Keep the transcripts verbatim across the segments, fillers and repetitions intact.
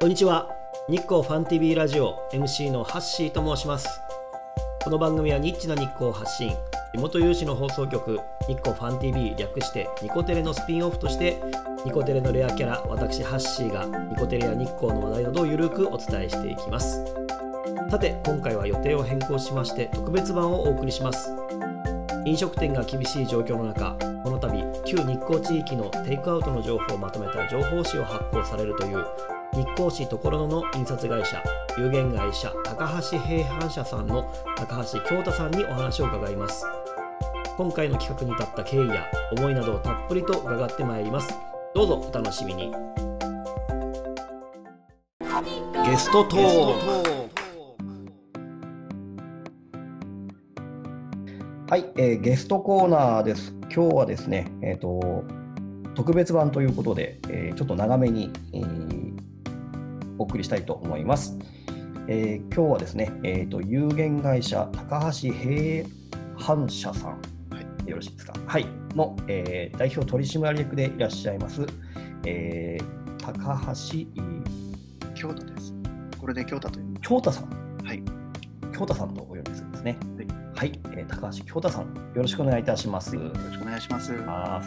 んにちは。日光ファン ティービー ラジオ エムシー のハッシーと申します。この番組はニッチな日光を発信、地元有志の放送局日光ファン ティービー 略してニコテレのスピンオフとして、ニコテレのレアキャラ私ハッシーがニコテレや日光の話題などをゆるくお伝えしていきます。さて今回は予定を変更しまして特別版をお送りします。飲食店が厳しい状況の中、この度旧日光地域のテイクアウトの情報をまとめた情報誌を発行されるという日光市所野の印刷会社有限会社高橋平阪社さんの高橋京太さんにお話を伺います。今回の企画に至った経緯や思いなどをたっぷりと伺ってまいります。どうぞお楽しみに。ゲストトーク。 はい、えー、ゲストコーナーです。今日はですね、えーと、特別版ということで、えー、ちょっと長めに、えー、お送りしたいと思います。えー、今日はですね、えーと、有限会社高橋平阪社さん、はい、よろしいですか、はい、の、えー、代表取締役でいらっしゃいます、えー、高橋京太です。これで京太という。 京太さん。 はい。 京太さんとお呼びするんですね。 はい。 はい、えー、高橋京太さん、よろしくお願いいたします。 はい、よろしくお願いします。 はい、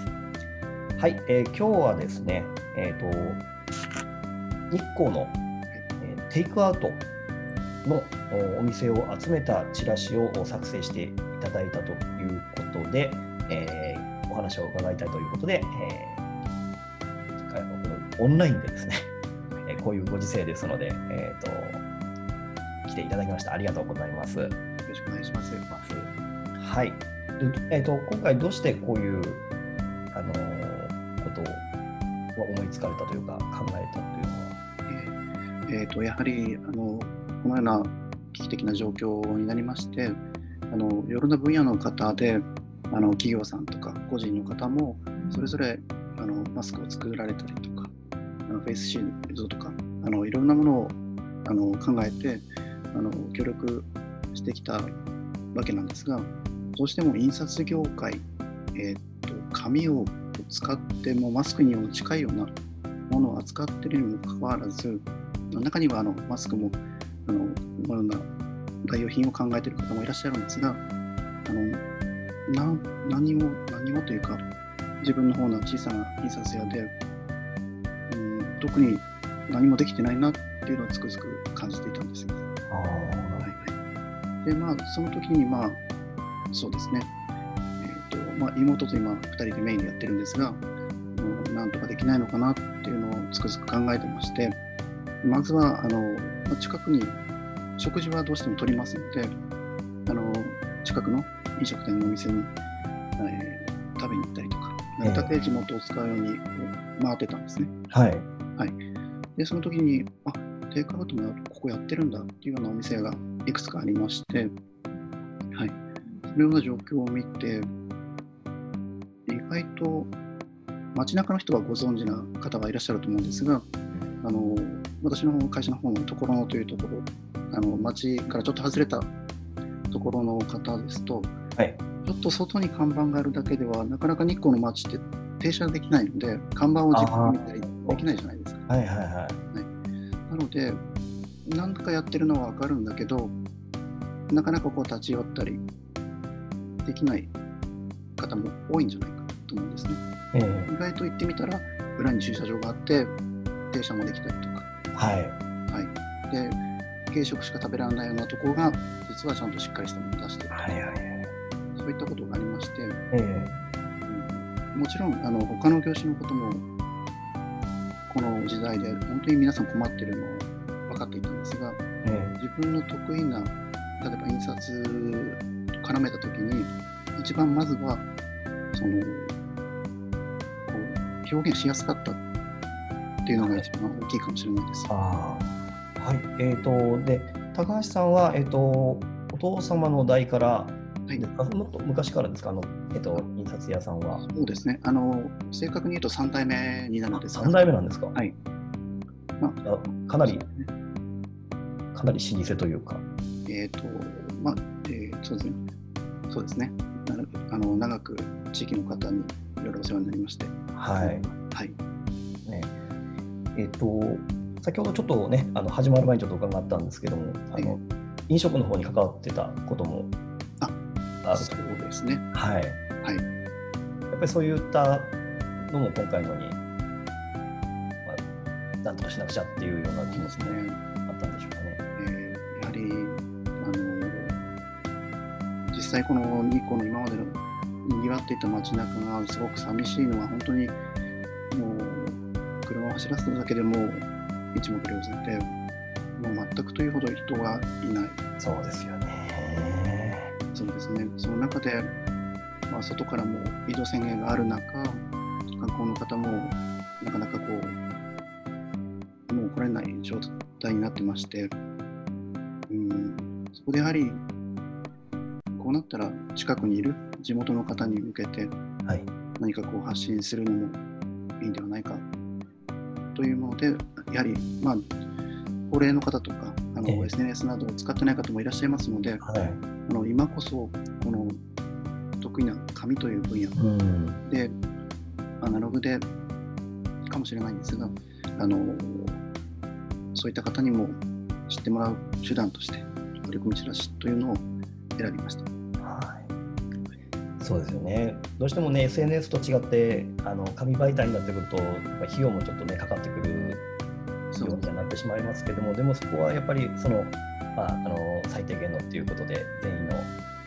えー、今日はですね、えーと、日光の、えー、テイクアウトのお店を集めたチラシを作成していただいたということで、えー、お話を伺いたいということで、えー、次回のオンラインでですね、こういうご時世ですので、えーと、来ていただきました。ありがとうございます。よろしくお願いします。 はい。でえーと、今回どうしてこういう、あのー、ことを思いつかれたというか考えたというのは、 えーえーと、やはりあのこのような危機的な状況になりまして、あのいろんな分野の方であの企業さんとか個人の方もそれぞれあのマスクを作られたりとか、あのフェイスシールドとかあのいろんなものをあの考えてあの協力してきたわけなんですが、どうしても印刷業界、えー、と紙を使ってもマスクにも近いようなものを扱っているにもかかわらず、中にはあのマスクもあのこのような代用品を考えている方もいらっしゃるんですが、あのな何も何もというか自分の方の小さな印刷屋で、うん、特に何もできてないなっていうのをつくづく感じていたんですよ。 あ、 はい、でまあその時にまあそうですね、えーとまあ、妹と今ふたりでメインでやってるんですが、なんとかできないのかなっていうのをつくづく考えてまして、まずはあの近くに食事はどうしても取りますので、あの近くの飲食店のお店に、えー、食べに行ったりとか、なるたけ地元を使うように回ってたんですね。 はい、 はい、でその時にあテイクアウトもここやってるんだっていうようなお店がいくつかありまして、はい、そのような状況を見て、意外と街中の人はご存知な方がいらっしゃると思うんですが、あの私の会社の方の所野というところ、あの街からちょっと外れたところの方ですと、 はい、 ちょっと外に看板があるだけではなかなか日光の街って停車できないので、看板をじっくり見たりできないじゃないですか。 はいはいはい。 はい、なので何とかやってるのは分かるんだけど、なかなかこう立ち寄ったりできない方も多いんじゃないかと思うんですね。えー、意外と行ってみたら裏に駐車場があって停車もできたりとか、 はいはい、で軽食しか食べられないようなところが実はちゃんとしっかりしたものを出しているとか、はいはいはい、そういったことがありまして、えーうん、もちろんあの他の業種のこともこの時代で本当に皆さん困っているのを分かっていたんですが、えー、自分の得意な例えば印刷と絡めたときに一番まずはその表現しやすかったっていうのが一番大きいかもしれないです。 あ、はい、えーとで高橋さんは、えーとお父様の代から、はい、もっと昔からですか、あの、えーと印刷屋さんは。 そうですね、あの正確に言うとさん代目になるんですが。 さん代目なんですか。 はい、 まあ、かなり、ね、かなり老舗というか。 えーとまあえー、そうですね、そうですね、あの長く地域の方にいろいろお世話になりまして。 はい。 はい。 ね、えっと、 先ほどちょっとね、あの始まる前にちょっと伺ったんですけども、あの飲食の方に関わってたこともああるそうですね。 はい。 はい。 やっぱりそういったのも今回のに、まあ、なんとかしなくちゃっていうような気持ちもあったんでしょうかね。 えー、やはりあの実際この日光の今までの賑わっていた街中がすごく寂しいのは本当にもう車を走らせるだけでも一目瞭然で、もう全くというほど人がいない。 そうですよね。 そうですね。その中で、まあ、外からも移動制限がある中、観光の方もなかなかこうもう来れない状態になってまして、うん、そこでやはりこうなったら近くにいる地元の方に向けて何かこう発信するのもいいんではないかというもので、やはりまあ高齢の方とかあの、ええ、エスエヌエス などを使ってない方もいらっしゃいますので、はい、あの今こそこの得意な紙という分野で、うん、アナログでかもしれないんですが、あのそういった方にも知ってもらう手段として取り組みチラシというのを選びました。 はい、そうですよね。どうしてもね エスエヌエス と違ってあの紙媒体になってくるとやっぱ費用もちょっとねかかってくるようになってしまいますけども、でもそこはやっぱりその、まあ、あの最低限のっていうことで全員の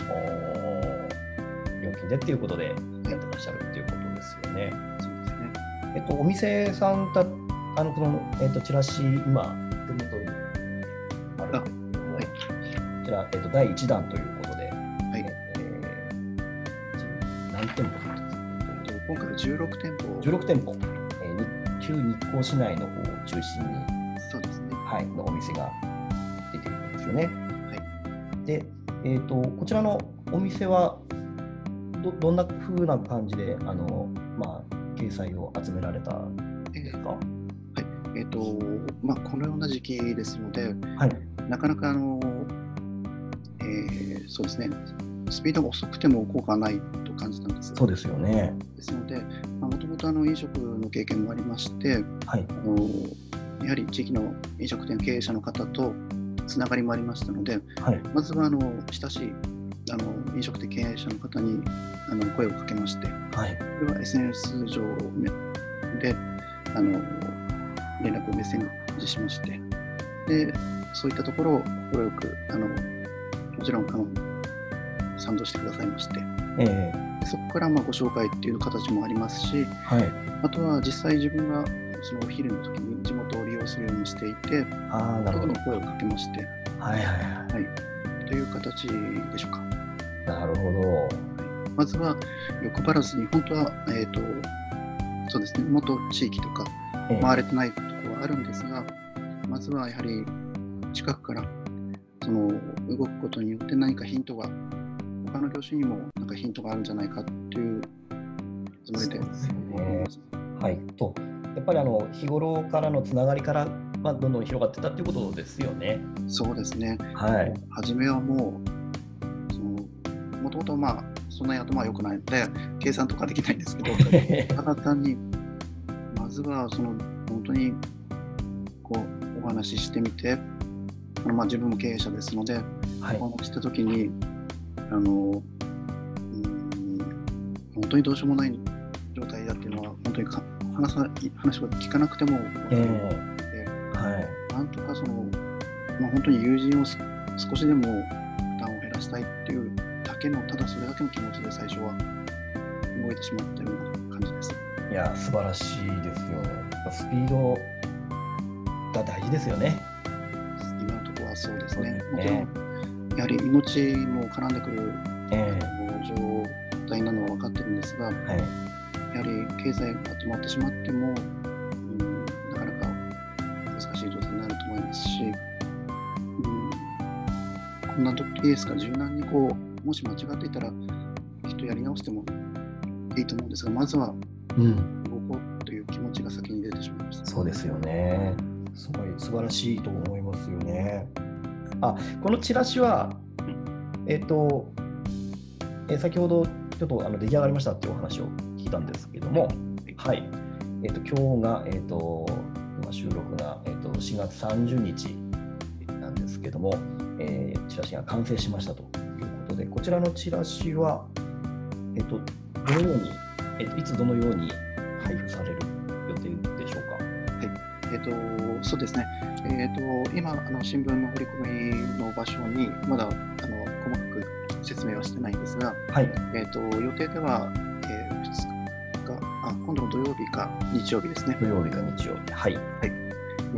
料金でっていうことでやってらっしゃるっていうことですよね。 そうですね。 えっとお店さんたあのこのえっとチラシ今手元にあるんですけども、はい、こちらえっとだいいちだんということで、はい、えー、何店舗ですか？ 今回はじゅうろくてんぽ。 じゅうろくてんぽ。旧日光市内の方を中心に、 そうですね、 はい、のお店が出ているんですよね。はい、で、えーと、こちらのお店は ど, どんな風な感じであの、まあ、掲載を集められたんですか？えー、はいえーとまあ、このような時期ですので、はい、なかなかあの、えー、そうですね、スピードが遅くても効果はないと感じたんです。 そうですよね。 ですので、もともと飲食の経験もありまして、はい、あのやはり地域の飲食店経営者の方とつながりもありましたので、はい、まずはあの親しいあの飲食店経営者の方にあの声をかけまして、はい、これは エスエヌエス 上であの連絡をメッセージしまして、でそういったところを快くあのもちろんあの賛同してくださいまして、えー、でそこからまあご紹介っていう形もありますし、はい、あとは実際自分がそのお昼の時に地元を利用するようにしていて、あなるほど声をかけまして、はいはいはいはい、という形でしょうか。 なるほど。はい、 まずは欲張らずに本当は、えーと、そうですね、もっと地域とか回れてないところはあるんですが、えー、まずはやはり近くからその動くことによって何かヒントが他の業種にもなんかヒントがあるんじゃないかというつもりで。そうですよね。 はい。とやっぱりあの日頃からのつながりから、まあ、どんどん広がってたっていうことですよね。 そうですね。 はい。 初めはもうそのもともとまあそんなに頭は良くないので計算とかできないんですけど、ただ単にまずはその本当にこうお話ししてみて、あのまあ自分も経営者ですので、はい、お話した時にあのうーん本当にどうしようもない状態だっていうのは本当にか話さ話を聞かなくても分かるので、えーはい、なんとかその、まあ、本当に友人を少しでも負担を減らしたいっていうだけのただそれだけの気持ちで最初は動いてしまったような感じです。 いや素晴らしいですよね。スピードが大事ですよね。 今のところはそうですね。もちろんやはり命も絡んでくる、えー、状態なのは分かってるんですが、はい、やはり経済が止まってしまっても、うん、なかなか難しい状態になると思いますし、うん、こんな時ですから柔軟にこうもし間違っていたら人やり直してもいいと思うんですが、まずは動こうという気持ちが先に出てしまいました。 そうですよね。すごい素晴らしいと思いますよね。あ、このチラシは、えっと、え先ほどちょっとあの出来上がりましたっていうお話を聞いたんですけども、はい、えっと、今日が、えっと、今収録が、えっと、 のしがつさんじゅうにちなんですけども、えー、チラシが完成しましたということで、こちらのチラシは、えっと、どのように、えっと、いつどのように配布される予定でしょうか。 はい、えっと、そうですね、えっと、今、あの新聞の振り込みの場所に、まだあの細かく説明はしてないんですが、 はい、 えっと、予定では、えー、ふつか、あ、今度の土曜日か日曜日ですね。 土曜日か日曜日、はい、 はい、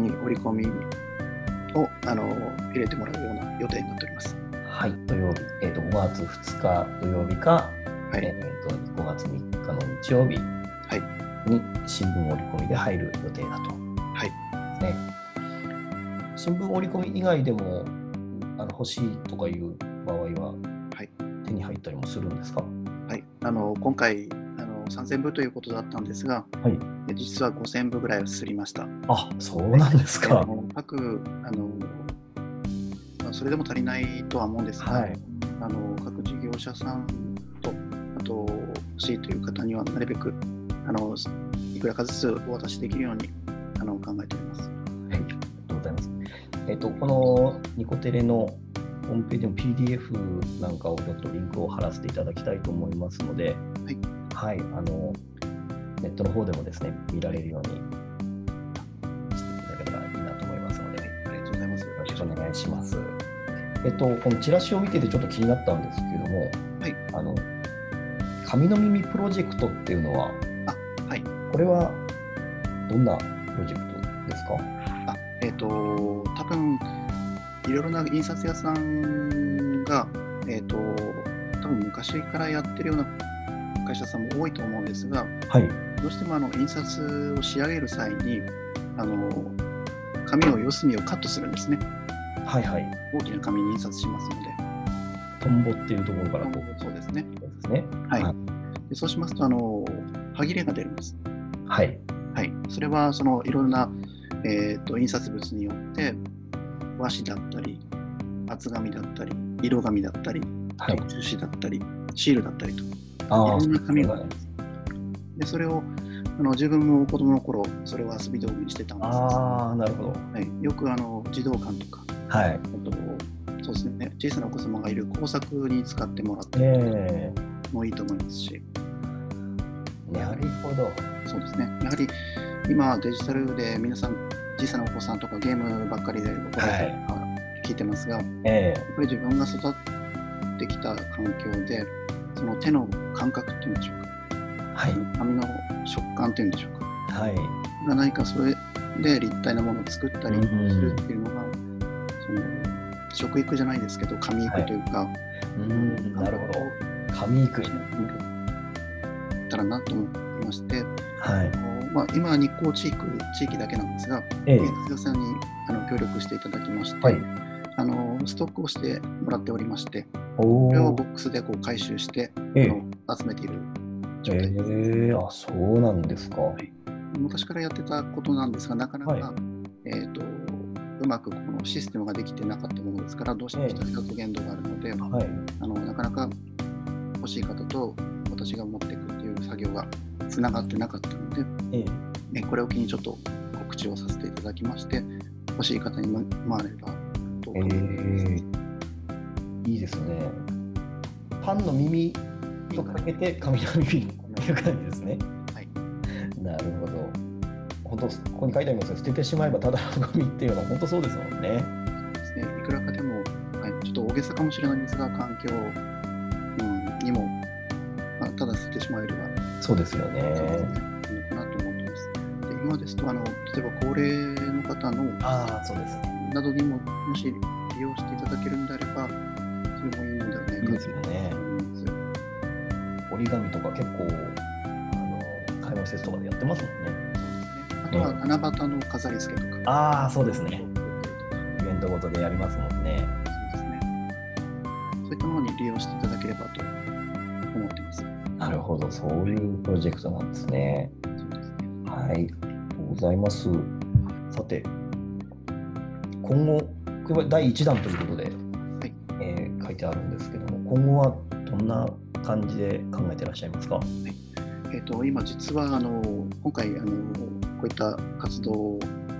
に折り込みをあの入れてもらうような予定になっております。 はい、土曜日、えー、とごがつふつか土曜日か、 はい、 えー、とごがつみっかの日曜日に新聞折り込みで入る予定だと。 はい。 ね、新聞折り込み以外でもあの欲しいとかいう場合は、はい、手に入ったりもするんですか。 はい、あの今回あのさんぜんぶということだったんですが、はい、実はごせんぶぐらいはすりました。 あ、そうなんですか。 各あのそれでも足りないとは思うんですが、はい、あの各事業者さんとあと欲しいという方にはなるべくあのいくらかずつお渡しできるようにあの考えております。はい、 ありがとうございます。えっと、このニコテレのホームページの ピーディーエフ なんかをちょっとリンクを貼らせていただきたいと思いますので、はい、はい、あのネットの方でもですね、見られるようにしていただけたらいいなと思いますので、はい、 ありがとうございます。 よろしくお願いします。えっと、このチラシを見ててちょっと気になったんですけども、はい、あの紙の耳プロジェクトっていうのは、 あ、はい、 これはどんなプロジェクトですか？ あ、えっと、多分いろいろな印刷屋さんが、えっと、多分昔からやってるような会社さんも多いと思うんですが、はい、どうしてもあの印刷を仕上げる際にあの紙の四隅をカットするんですね。 はいはい。 大きな紙に印刷しますので。 トンボっていうところからと。そうですね。 そうですね。 はい。はい、でそうしますとあの歯切れが出るんです。 はい。 はい。それはそのいろんな、えー、と印刷物によって和紙だったり厚紙だったり色紙だったり、はい、特殊紙だったりシールだったりといろんな紙があるんです。でそれをあの自分も子供の頃それを遊び道具にしてたんです。 ああ、なるほど。 はい、よくあの児童館とか、はい、あとそうですね、小さなお子様がいる工作に使ってもらってもいいと思いますし、 えー、なるほど。 そうですね。やはり今デジタルで皆さん小さなお子さんとかゲームばっかりで怒られてとか聞いてますが、えー、やっぱり自分が育ってきた環境でその手の感覚っていうんでしょうか、はい、紙の食感っていうんでしょうか、はい、が何かそれで立体なものを作ったりするっていうのが、うん、その食育じゃないですけど紙育というか、はい、 うんなるほど紙育にたらなと思っていまして、はいまあ、今は日光地域地域だけなんですが、印刷屋さんにあの協力していただきまして、はい、あのストックをしてもらっておりまして、これをボックスでこう回収して、えー、あの集めている状態です。 えー、あ、そうなんですか、はい。 昔からやってたことなんですが、なかなか、はいえー、とうまくこのシステムができてなかったものですから、どうしても一人だと限度があるので、えーはい、あのなかなか欲しい方と私が持っていくという作業がつながってなかったので、ええ、これを機にちょっと告知をさせていただきまして、欲しい方に回ればと思います。えー、いいですね。パンの耳とかけて紙の耳という感じですね。はい。なるほど。本当ここに書いてありますが、捨ててしまえばただのゴミっていうのは本当そうですもんね。 そうですね。いくらかでも、はい、ちょっと大げさかもしれないんですが、環境、うん、にも、まあ、ただ捨ててしまえれば。 そうですよね。 そうですね。いいのかなと思ってます。で今ですとあの、例えば高齢の方のあそうです、ね、 などにも、もし利用していただけるんであれば、それもいいのではないかと。いいですよね。 折り紙とか結構、あの介護施設とかでやってますもんね。 そうですね。あとは七夕の飾り付けとか。 うん、ああ、そうですね。イベントごとでやりますもんね。 そうですね。そういったものに利用していただければと思ってます。 なるほど、そういうプロジェクトなんですね。 そうですね。 はい、ありがとうございます。さて、今後、これはだいいちだんということで、はいえー、書いてあるんですけども、今後はどんな感じで考えていらっしゃいますか？はいえー、と今実はあの今回あのこういった活動を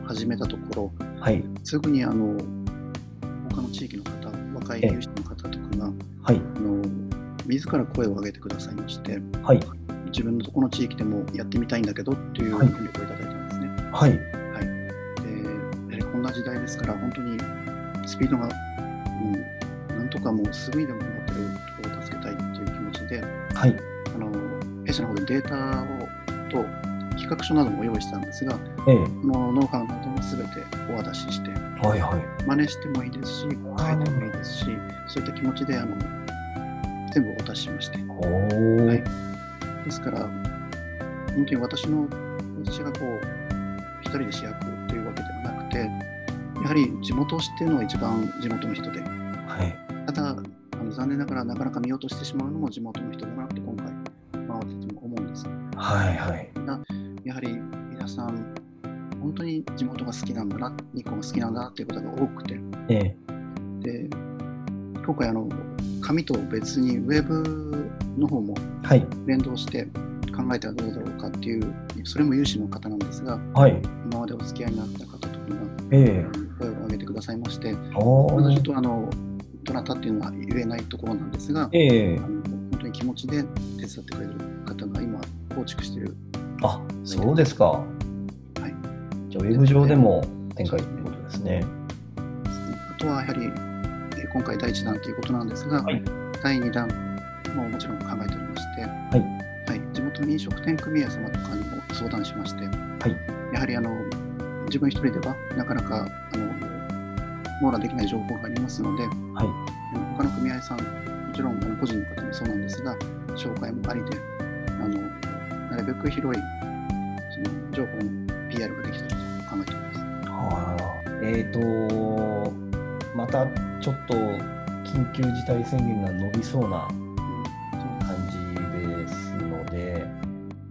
始めたところ、 はい。 すぐにあの他の地域の方、若い有志の方とかが、 はい。 あの自ら声を上げてくださいまして、 はい。 自分のところの地域でもやってみたいんだけどっていう連絡をいただいたんですね。 はい。 はい。で、やはりこんな時代ですから、本当にスピードが、うん、なんとかもうすぐにでも持ってるところを助けたいっていう気持ちで、 はい。 あの弊社の方でデータをと企画書なども用意したんですが、 ええ。 このノウハウなどもすべてお渡しして、 はいはい。 真似してもいいですし、変えてもいいですし、そういった気持ちであの全部お渡ししまして。 おー。 はい。ですから、本当に私の、私がこう、一人で主役というわけではなくて、やはり地元を知っているのが一番地元の人で、 はい。 ただ、あの残念ながらなかなか見落としてしまうのも地元の人だなって今回、回ってても思うんです。 はいはい。 やはり皆さん、本当に地元が好きなんだな、日光が好きなんだなっていう方が多くて、 ええ。 で、今回あの、紙と別にウェブの方もはい。 連動して考えてはどうだろうかっていう、それも有志の方なんですが、 はい。 今までお付き合いになった方とかがええ。 声を上げてくださいまして、 おまだちょっー。 とあのどなたっていうのは言えないところなんですが、 ええ。 あの本当に気持ちで手伝ってくれる方が今構築している。 あ、そうですか。 はい。 じゃあウェブ上でも展開ということですね。 あとはやはり、えー今回だいいちだんということなんですが、 はい。 だいにだんももちろん考えておりまして、 はい。 はい、地元の飲食店組合様とかにも相談しまして、 はい。 やはりあの自分一人ではなかなかあの網羅できない情報がありますので、 はい。 他の組合さん、もちろんあの個人の方もそうなんですが、紹介もありで、あのなるべく広いその情報の ピーアール ができたらと考えております。 はあ、えーと、またちょっと緊急事態宣言が伸びそうな感じですので、え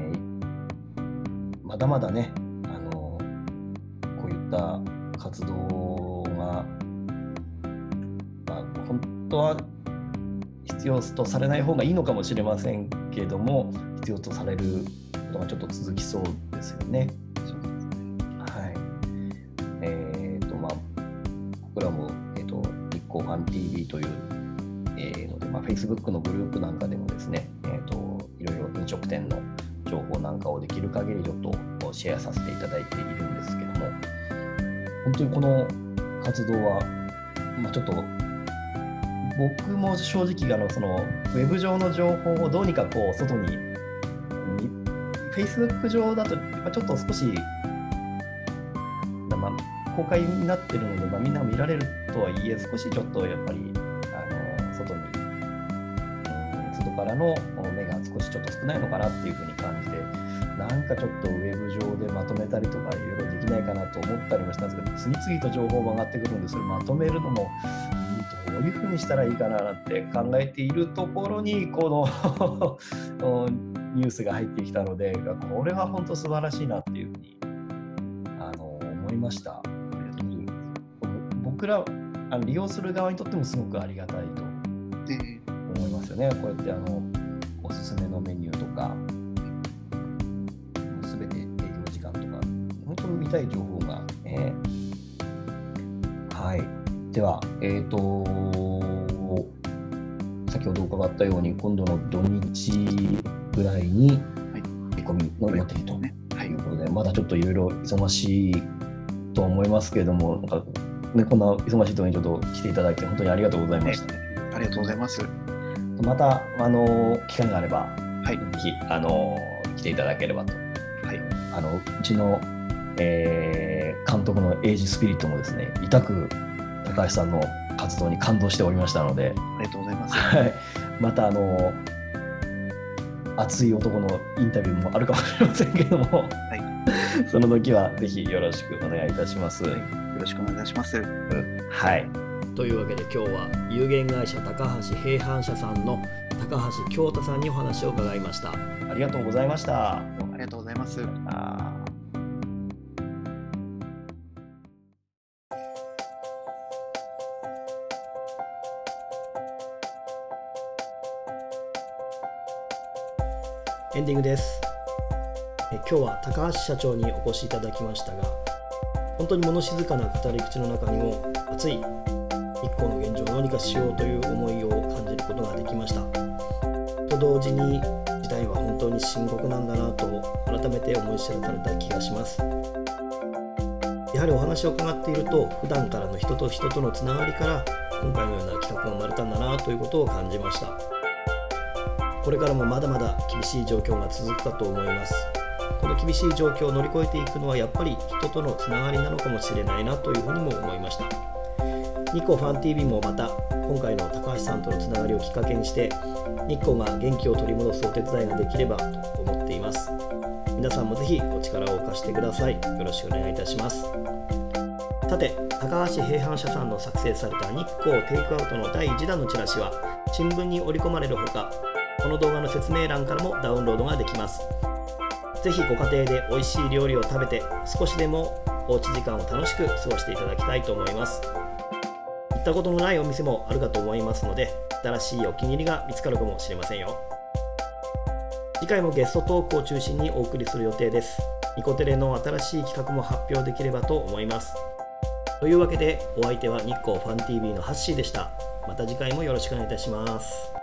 ーまだまだね、あのこういった活動が、まあ、本当は必要とされない方がいいのかもしれませんけれども、必要とされることがちょっと続きそうですよね。 そうですね。 はい。えーとまあ、僕らも、えーと日光ファン ティービー という、えーので、まあ、Facebook のグループなんかでもですね、えーといろいろ飲食店の情報なんかをできる限りちょっとシェアさせていただいているんですけども、本当にこの活動は、まあ、ちょっと僕も正直あのそのウェブ上の情報をどうにかこう外に Facebook 上だとやっぱちょっと少し、まあ、公開になってるので、まあ、みんな見られるとはいえ少しちょっとやっぱりあの外に、うん、外からの目が少しちょっと少ないのかなっていうふうに感じて、なんかちょっとウェブ上でまとめたりとかいろいろできないかなと思ったりもしたんですけど、次々と情報も上がってくるんで、それまとめるのもどういうふうにしたらいいかなって考えているところにこのニュースが入ってきたので、これは本当素晴らしいなっていうふうにあの思いました。僕らあの利用する側にとってもすごくありがたいと思いますよね。こうやってあのおすすめのメニューとかすべて営業時間とか本当に見たい情報が、えー、はい。では、えーと、先ほど伺ったように今度の土日ぐらいに仕込みの予定ということで、はい、まだちょっといろいろ忙しいと思いますけれども、なんか、ね、こんな忙しいところにちょっと来ていただいて本当にありがとうございました。 ね、ありがとうございます。 またあの機会があれば、 はい、 ぜひあの来ていただければと。 はい、 あのうちの、えー、監督のエイジスピリットもですね、痛く高橋さんの活動に感動しておりましたので、 ありがとうございます。 はい、またあの熱い男のインタビューもあるかもしれませんけども、はい、その時はぜひよろしくお願いいたします。はい、よろしくお願いします。 はい。 というわけで今日は有限会社高橋平阪社さんの高橋京太さんにお話を伺いました。 ありがとうございました。 ありがとうございます。あエンディングです。え今日は高橋社長にお越しいただきましたが、 本当に物静かな語り口の中にも熱い日光の現状をどうにかしようという思いを感じることができました。と同時に時代は本当に深刻なんだなと改めて思い知らされた気がします。やはりお話を伺っていると、普段からの人と人とのつながりから今回のような企画が生まれたんだなということを感じました。これからもまだまだ厳しい状況が続くかと思います。この厳しい状況を乗り越えていくのはやっぱり人とのつながりなのかもしれないなというふうにも思いました。日光ファン ティービー もまた今回の高橋さんとのつながりをきっかけにして日光が元気を取り戻すお手伝いができればと思っています。皆さんもぜひお力を貸してください。よろしくお願いいたします。さて、高橋平凡社さんの作成された日光テイクアウトのだいいちだんのチラシは新聞に織り込まれるほか、この動画の説明欄からもダウンロードができます。ぜひご家庭で美味しい料理を食べて少しでもおうち時間を楽しく過ごしていただきたいと思います。行ったことのないお店もあるかと思いますので、新しいお気に入りが見つかるかもしれませんよ。次回もゲストトークを中心にお送りする予定です。ニコテレの新しい企画も発表できればと思います。というわけでお相手は日光ファン ティービー のハッシーでした。また次回もよろしくお願いいたします。